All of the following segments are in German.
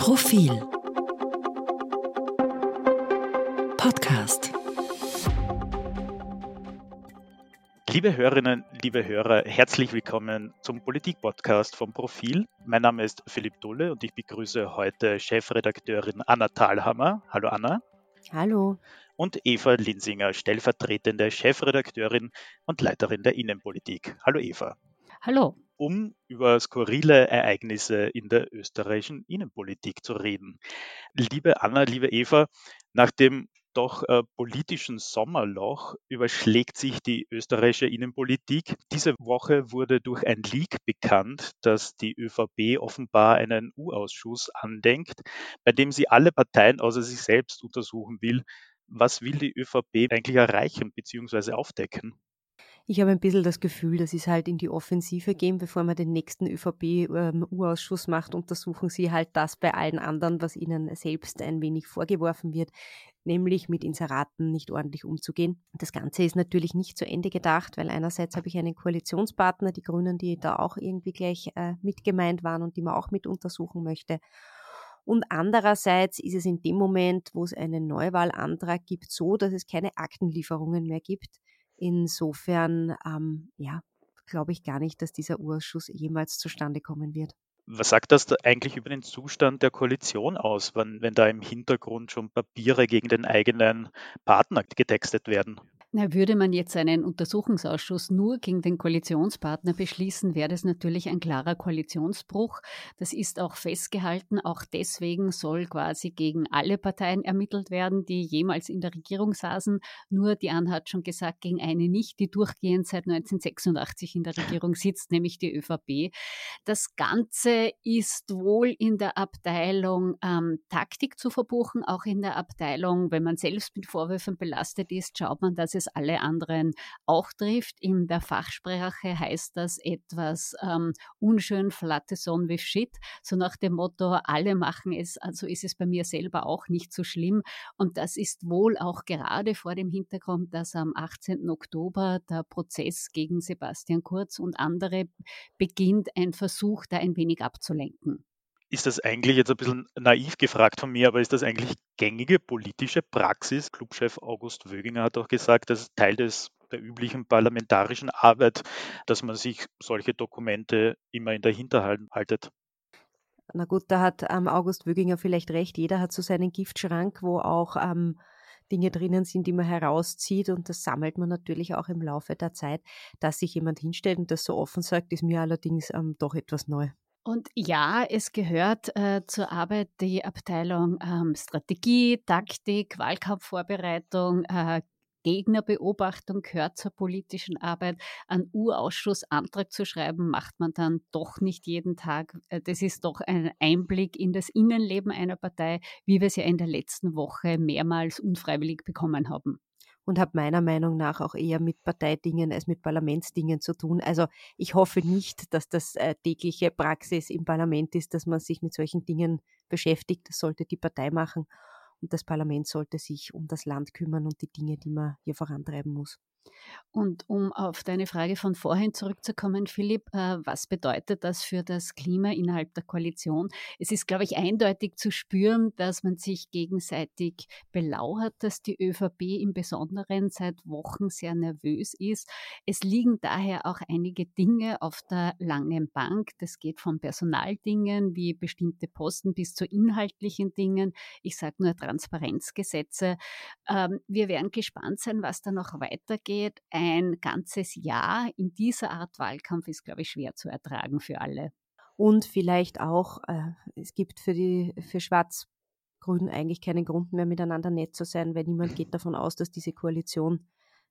Profil Podcast. Liebe Hörerinnen, liebe Hörer, herzlich willkommen zum Politik-Podcast vom Profil. Mein Name ist Philipp Dulle und ich begrüße heute Chefredakteurin Anna Thalhammer. Hallo Anna. Hallo. Und Eva Linsinger, stellvertretende Chefredakteurin und Leiterin der Innenpolitik. Hallo Eva. Hallo. Um über skurrile Ereignisse in der österreichischen Innenpolitik zu reden. Liebe Anna, liebe Eva, nach dem doch politischen Sommerloch überschlägt sich die österreichische Innenpolitik. Diese Woche wurde durch ein Leak bekannt, dass die ÖVP offenbar einen U-Ausschuss andenkt, bei dem sie alle Parteien außer sich selbst untersuchen will. Was will die ÖVP eigentlich erreichen bzw. aufdecken? Ich habe ein bisschen das Gefühl, dass es halt in die Offensive gehen, bevor man den nächsten ÖVP-U-Ausschuss macht, untersuchen sie halt das bei allen anderen, was ihnen selbst ein wenig vorgeworfen wird, nämlich mit Inseraten nicht ordentlich umzugehen. Das Ganze ist natürlich nicht zu Ende gedacht, weil einerseits habe ich einen Koalitionspartner, die Grünen, die da auch irgendwie gleich mit gemeint waren und die man auch mit untersuchen möchte. Und andererseits ist es in dem Moment, wo es einen Neuwahlantrag gibt, so, dass es keine Aktenlieferungen mehr gibt. Insofern, glaube ich gar nicht, dass dieser U-Ausschuss jemals zustande kommen wird. Was sagt das da eigentlich über den Zustand der Koalition aus, wenn da im Hintergrund schon Papiere gegen den eigenen Partner getextet werden? Na, würde man jetzt einen Untersuchungsausschuss nur gegen den Koalitionspartner beschließen, wäre das natürlich ein klarer Koalitionsbruch. Das ist auch festgehalten. Auch deswegen soll quasi gegen alle Parteien ermittelt werden, die jemals in der Regierung saßen. Nur, die Anne hat schon gesagt, gegen eine nicht, die durchgehend seit 1986 in der Regierung sitzt, nämlich die ÖVP. Das Ganze ist wohl in der Abteilung Taktik zu verbuchen, auch in der Abteilung, wenn man selbst mit Vorwürfen belastet ist, schaut man, dass es alle anderen auch trifft. In der Fachsprache heißt das etwas unschön, flatte son with shit, so nach dem Motto, alle machen es, also ist es bei mir selber auch nicht so schlimm. Und das ist wohl auch gerade vor dem Hintergrund, dass am 18. Oktober der Prozess gegen Sebastian Kurz und andere beginnt, ein Versuch, da ein wenig abzulenken. Ist das eigentlich jetzt ein bisschen naiv gefragt von mir, aber ist das eigentlich gängige politische Praxis? Clubchef August Wöginger hat auch gesagt, das ist Teil der üblichen parlamentarischen Arbeit, dass man sich solche Dokumente immer in der Hinterhalt haltet. Na gut, da hat August Wöginger vielleicht recht. Jeder hat so seinen Giftschrank, wo auch Dinge drinnen sind, die man herauszieht, und das sammelt man natürlich auch im Laufe der Zeit. Dass sich jemand hinstellt und das so offen sagt, ist mir allerdings doch etwas neu. Und ja, es gehört zur Arbeit die Abteilung Strategie, Taktik, Wahlkampfvorbereitung, Gegnerbeobachtung gehört zur politischen Arbeit. Einen U-Ausschuss-Antrag zu schreiben, macht man dann doch nicht jeden Tag. Das ist doch ein Einblick in das Innenleben einer Partei, wie wir es ja in der letzten Woche mehrmals unfreiwillig bekommen haben. Und hat meiner Meinung nach auch eher mit Parteidingen als mit Parlamentsdingen zu tun. Also ich hoffe nicht, dass das tägliche Praxis im Parlament ist, dass man sich mit solchen Dingen beschäftigt. Das sollte die Partei machen und das Parlament sollte sich um das Land kümmern und die Dinge, die man hier vorantreiben muss. Und um auf deine Frage von vorhin zurückzukommen, Philipp, was bedeutet das für das Klima innerhalb der Koalition? Es ist, glaube ich, eindeutig zu spüren, dass man sich gegenseitig belauert, dass die ÖVP im Besonderen seit Wochen sehr nervös ist. Es liegen daher auch einige Dinge auf der langen Bank. Das geht von Personaldingen wie bestimmte Posten bis zu inhaltlichen Dingen. Ich sage nur Transparenzgesetze. Wir werden gespannt sein, was da noch weitergeht. Ein ganzes Jahr in dieser Art Wahlkampf ist, glaube ich, schwer zu ertragen für alle. Und vielleicht auch, es gibt für Schwarz-Grün eigentlich keinen Grund mehr, miteinander nett zu sein, weil niemand geht davon aus, dass diese Koalition,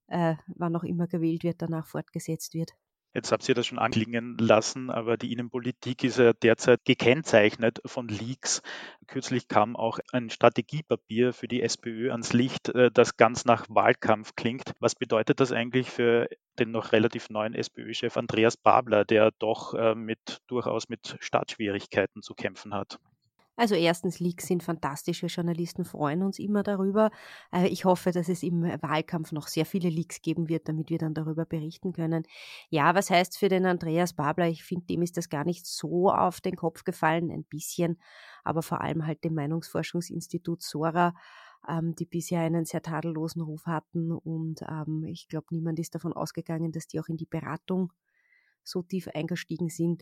wann auch immer gewählt wird, danach fortgesetzt wird. Jetzt habt ihr das schon anklingen lassen, aber die Innenpolitik ist ja derzeit gekennzeichnet von Leaks. Kürzlich kam auch ein Strategiepapier für die SPÖ ans Licht, das ganz nach Wahlkampf klingt. Was bedeutet das eigentlich für den noch relativ neuen SPÖ-Chef Andreas Babler, der doch durchaus mit Startschwierigkeiten zu kämpfen hat? Also erstens, Leaks sind fantastisch, wir Journalisten freuen uns immer darüber. Ich hoffe, dass es im Wahlkampf noch sehr viele Leaks geben wird, damit wir dann darüber berichten können. Ja, was heißt für den Andreas Babler? Ich finde, dem ist das gar nicht so auf den Kopf gefallen, ein bisschen, aber vor allem halt dem Meinungsforschungsinstitut Sora, die bisher einen sehr tadellosen Ruf hatten und ich glaube, niemand ist davon ausgegangen, dass die auch in die Beratung so tief eingestiegen sind.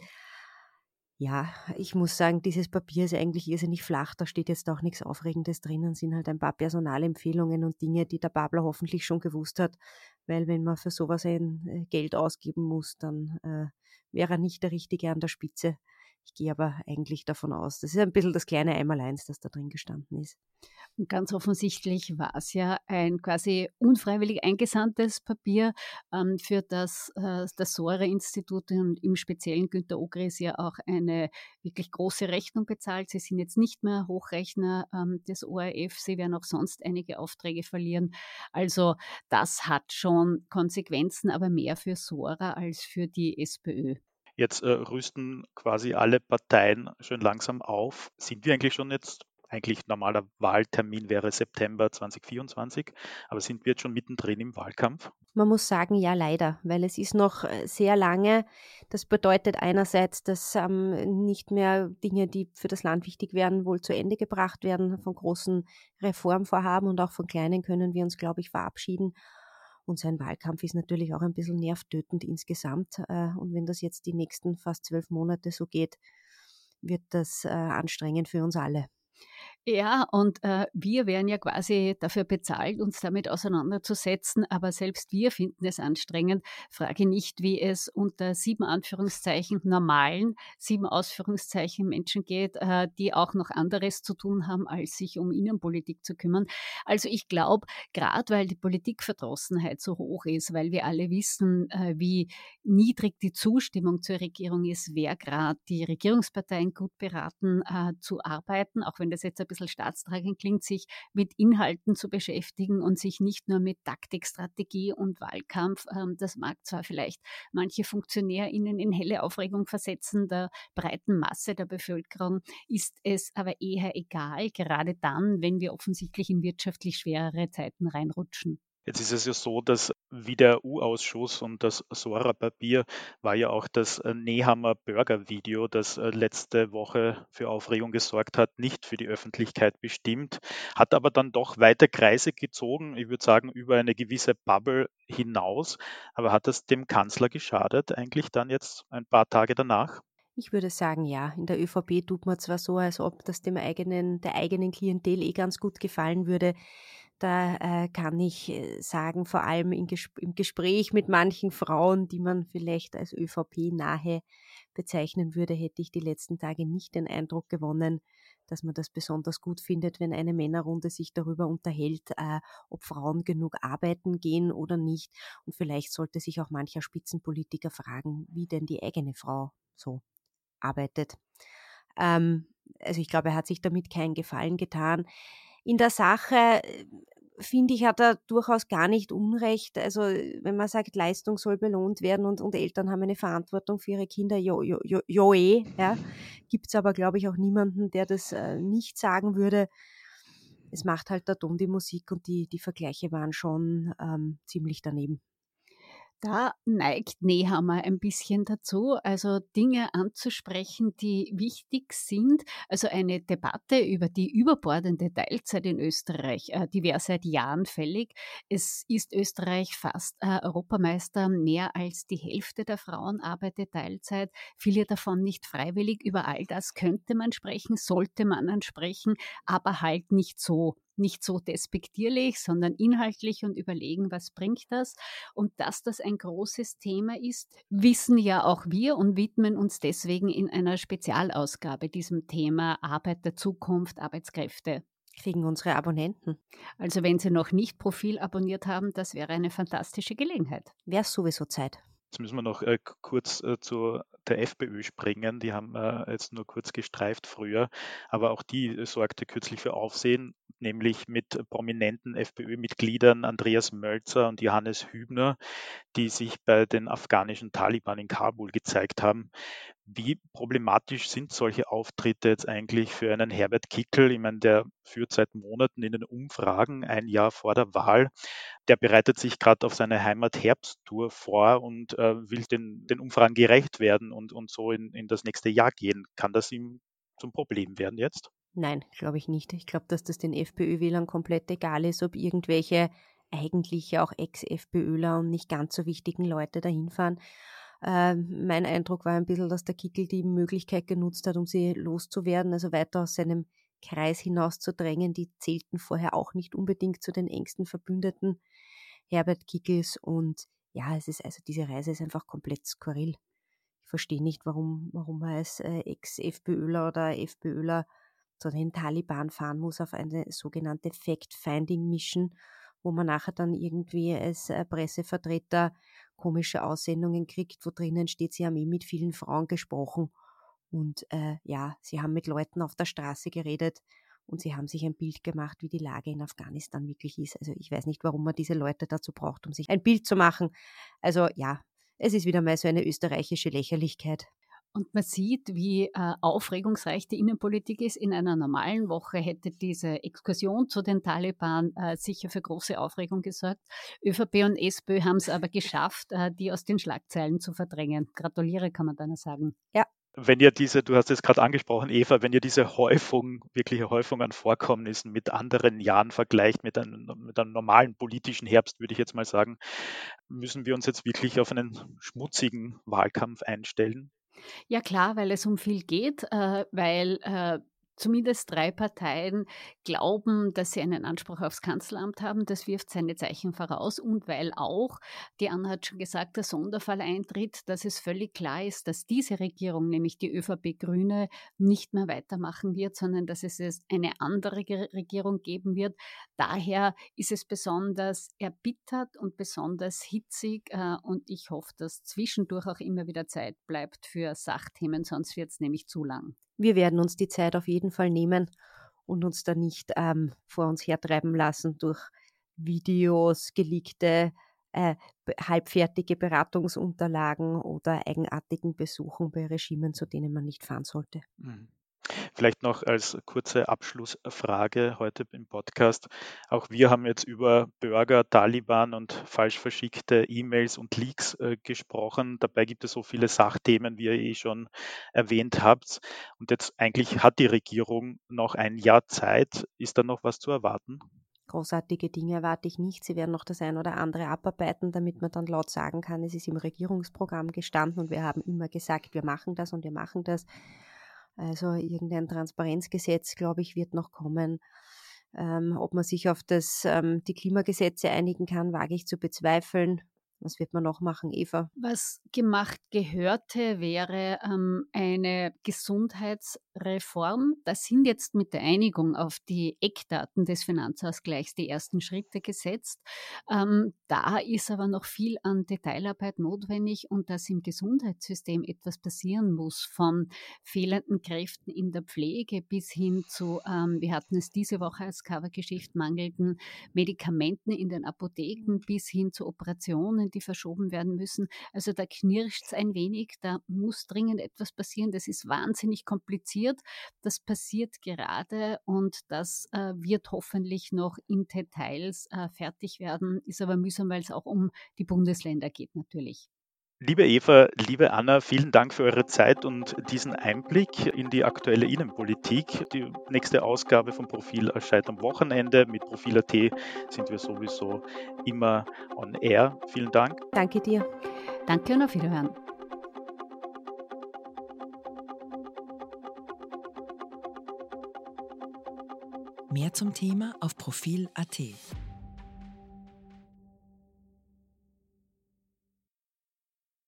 Ja, ich muss sagen, dieses Papier ist eigentlich irrsinnig flach. Da steht jetzt auch nichts Aufregendes drinnen, sind halt ein paar Personalempfehlungen und Dinge, die der Babler hoffentlich schon gewusst hat, weil wenn man für sowas ein Geld ausgeben muss, dann wäre er nicht der Richtige an der Spitze. Ich gehe aber eigentlich davon aus, das ist ein bisschen das kleine Einmaleins, das da drin gestanden ist. Und ganz offensichtlich war es ja ein quasi unfreiwillig eingesandtes Papier, für das Sora-Institut und im Speziellen Günter Ogris ja auch eine wirklich große Rechnung bezahlt. Sie sind jetzt nicht mehr Hochrechner des ORF, sie werden auch sonst einige Aufträge verlieren. Also das hat schon Konsequenzen, aber mehr für Sora als für die SPÖ. Jetzt rüsten quasi alle Parteien schön langsam auf. Sind wir eigentlich schon jetzt, eigentlich normaler Wahltermin wäre September 2024, aber sind wir jetzt schon mittendrin im Wahlkampf? Man muss sagen, ja leider, weil es ist noch sehr lange. Das bedeutet einerseits, dass nicht mehr Dinge, die für das Land wichtig wären, wohl zu Ende gebracht werden. Von großen Reformvorhaben und auch von kleinen können wir uns, glaube ich, verabschieden. Und so ein Wahlkampf ist natürlich auch ein bisschen nervtötend insgesamt. Und wenn das jetzt die nächsten fast 12 Monate so geht, wird das anstrengend für uns alle. Ja, und wir werden ja quasi dafür bezahlt, uns damit auseinanderzusetzen, aber selbst wir finden es anstrengend. Frage nicht, wie es unter 7 Anführungszeichen normalen, 7 Ausführungszeichen Menschen geht, die auch noch anderes zu tun haben, als sich um Innenpolitik zu kümmern. Also ich glaube, gerade weil die Politikverdrossenheit so hoch ist, weil wir alle wissen, wie niedrig die Zustimmung zur Regierung ist, wäre gerade die Regierungsparteien gut beraten, zu arbeiten, auch wenn das jetzt ein bisschen staatstragend klingt, sich mit Inhalten zu beschäftigen und sich nicht nur mit Taktik, Strategie und Wahlkampf. Das mag zwar vielleicht manche FunktionärInnen in helle Aufregung versetzen, der breiten Masse der Bevölkerung ist es aber eher egal, gerade dann, wenn wir offensichtlich in wirtschaftlich schwerere Zeiten reinrutschen. Jetzt ist es ja so, dass wie der U-Ausschuss und das Sora-Papier war ja auch das Nehammer Burger-Video, das letzte Woche für Aufregung gesorgt hat, nicht für die Öffentlichkeit bestimmt, hat aber dann doch weite Kreise gezogen, ich würde sagen über eine gewisse Bubble hinaus. Aber hat das dem Kanzler geschadet, eigentlich dann jetzt ein paar Tage danach? Ich würde sagen, ja. In der ÖVP tut man zwar so, als ob das der eigenen Klientel ganz gut gefallen würde. Da kann ich sagen, vor allem im Gespräch mit manchen Frauen, die man vielleicht als ÖVP-nahe bezeichnen würde, hätte ich die letzten Tage nicht den Eindruck gewonnen, dass man das besonders gut findet, wenn eine Männerrunde sich darüber unterhält, ob Frauen genug arbeiten gehen oder nicht. Und vielleicht sollte sich auch mancher Spitzenpolitiker fragen, wie denn die eigene Frau so arbeitet. Also ich glaube, er hat sich damit keinen Gefallen getan. In der Sache, finde ich, hat er durchaus gar nicht Unrecht. Also wenn man sagt, Leistung soll belohnt werden und Eltern haben eine Verantwortung für ihre Kinder, ja. Gibt es aber, glaube ich, auch niemanden, der das nicht sagen würde. Es macht halt da dumm die Musik und die Vergleiche waren schon ziemlich daneben. Da neigt Nehammer ein bisschen dazu, also Dinge anzusprechen, die wichtig sind. Also eine Debatte über die überbordende Teilzeit in Österreich, die wäre seit Jahren fällig. Es ist Österreich fast Europameister. Mehr als die Hälfte der Frauen arbeitet Teilzeit, viele davon nicht freiwillig. Über all das könnte man sprechen, sollte man ansprechen, aber halt nicht so despektierlich, sondern inhaltlich und überlegen, was bringt das. Und dass das ein großes Thema ist, wissen ja auch wir und widmen uns deswegen in einer Spezialausgabe diesem Thema Arbeit der Zukunft, Arbeitskräfte. Kriegen unsere Abonnenten. Also wenn Sie noch nicht Profil abonniert haben, das wäre eine fantastische Gelegenheit. Wäre sowieso Zeit. Jetzt müssen wir noch kurz zu der FPÖ springen. Die haben jetzt nur kurz gestreift früher, aber auch die sorgte kürzlich für Aufsehen, nämlich mit prominenten FPÖ-Mitgliedern Andreas Mölzer und Johannes Hübner, die sich bei den afghanischen Taliban in Kabul gezeigt haben. Wie problematisch sind solche Auftritte jetzt eigentlich für einen Herbert Kickl? Ich meine, der führt seit Monaten in den Umfragen, ein Jahr vor der Wahl. Der bereitet sich gerade auf seine Heimat-Herbsttour vor und will den Umfragen gerecht werden und so in das nächste Jahr gehen. Kann das ihm zum Problem werden jetzt? Nein, glaube ich nicht. Ich glaube, dass das den FPÖ-Wählern komplett egal ist, ob irgendwelche eigentlich auch Ex-FPÖler und nicht ganz so wichtigen Leute dahin fahren. Mein Eindruck war ein bisschen, dass der Kickl die Möglichkeit genutzt hat, um sie loszuwerden, also weiter aus seinem Kreis hinaus zu drängen. Die zählten vorher auch nicht unbedingt zu den engsten Verbündeten Herbert Kickls. Und ja, diese Reise ist einfach komplett skurril. Ich verstehe nicht, warum man als Ex-FPÖler oder FPÖler zu den Taliban fahren muss auf eine sogenannte Fact-Finding-Mission, wo man nachher dann irgendwie als Pressevertreter komische Aussendungen kriegt, wo drinnen steht, sie haben mit vielen Frauen gesprochen und sie haben mit Leuten auf der Straße geredet und sie haben sich ein Bild gemacht, wie die Lage in Afghanistan wirklich ist. Also ich weiß nicht, warum man diese Leute dazu braucht, um sich ein Bild zu machen. Also ja, es ist wieder mal so eine österreichische Lächerlichkeit. Und man sieht, wie aufregungsreich die Innenpolitik ist. In einer normalen Woche hätte diese Exkursion zu den Taliban sicher für große Aufregung gesorgt. ÖVP und SPÖ haben es aber geschafft, die aus den Schlagzeilen zu verdrängen. Gratuliere, kann man da nur sagen. Ja. Wenn ihr du hast es gerade angesprochen, Eva, wenn ihr diese wirkliche Häufung an Vorkommnissen mit anderen Jahren vergleicht, mit einem normalen politischen Herbst, würde ich jetzt mal sagen, müssen wir uns jetzt wirklich auf einen schmutzigen Wahlkampf einstellen? Ja klar, weil es um viel geht, weil zumindest 3 Parteien glauben, dass sie einen Anspruch aufs Kanzleramt haben. Das wirft seine Zeichen voraus und weil auch, die Anna hat schon gesagt, der Sonderfall eintritt, dass es völlig klar ist, dass diese Regierung, nämlich die ÖVP-Grüne, nicht mehr weitermachen wird, sondern dass es eine andere Regierung geben wird. Daher ist es besonders erbittert und besonders hitzig und ich hoffe, dass zwischendurch auch immer wieder Zeit bleibt für Sachthemen, sonst wird es nämlich zu lang. Wir werden uns die Zeit auf jeden Fall nehmen und uns da nicht vor uns hertreiben lassen durch Videos, geleakte, halbfertige Beratungsunterlagen oder eigenartigen Besuchen bei Regimen, zu denen man nicht fahren sollte. Mhm. Vielleicht noch als kurze Abschlussfrage heute im Podcast. Auch wir haben jetzt über Bürger, Taliban und falsch verschickte E-Mails und Leaks gesprochen. Dabei gibt es so viele Sachthemen, wie ihr schon erwähnt habt. Und jetzt eigentlich hat die Regierung noch ein Jahr Zeit. Ist da noch was zu erwarten? Großartige Dinge erwarte ich nicht. Sie werden noch das ein oder andere abarbeiten, damit man dann laut sagen kann, es ist im Regierungsprogramm gestanden und wir haben immer gesagt, wir machen das und wir machen das. Also irgendein Transparenzgesetz, glaube ich, wird noch kommen. Ob man sich auf die Klimagesetze einigen kann, wage ich zu bezweifeln. Was wird man noch machen, Eva? Was gemacht gehörte, wäre eine Gesundheitsreform. Da sind jetzt mit der Einigung auf die Eckdaten des Finanzausgleichs die ersten Schritte gesetzt. Da ist aber noch viel an Detailarbeit notwendig und dass im Gesundheitssystem etwas passieren muss, von fehlenden Kräften in der Pflege bis hin zu, wir hatten es diese Woche als Covergeschichte, mangelnden Medikamenten in den Apotheken bis hin zu Operationen, die verschoben werden müssen. Also da knirscht es ein wenig, da muss dringend etwas passieren. Das ist wahnsinnig kompliziert. Das passiert gerade und das wird hoffentlich noch in Details fertig werden, ist aber mühsam, weil es auch um die Bundesländer geht natürlich. Liebe Eva, liebe Anna, vielen Dank für eure Zeit und diesen Einblick in die aktuelle Innenpolitik. Die nächste Ausgabe vom Profil erscheint am Wochenende. Mit Profil.at sind wir sowieso immer on air. Vielen Dank. Danke dir. Danke und auf Wiederhören. Mehr zum Thema auf Profil.at.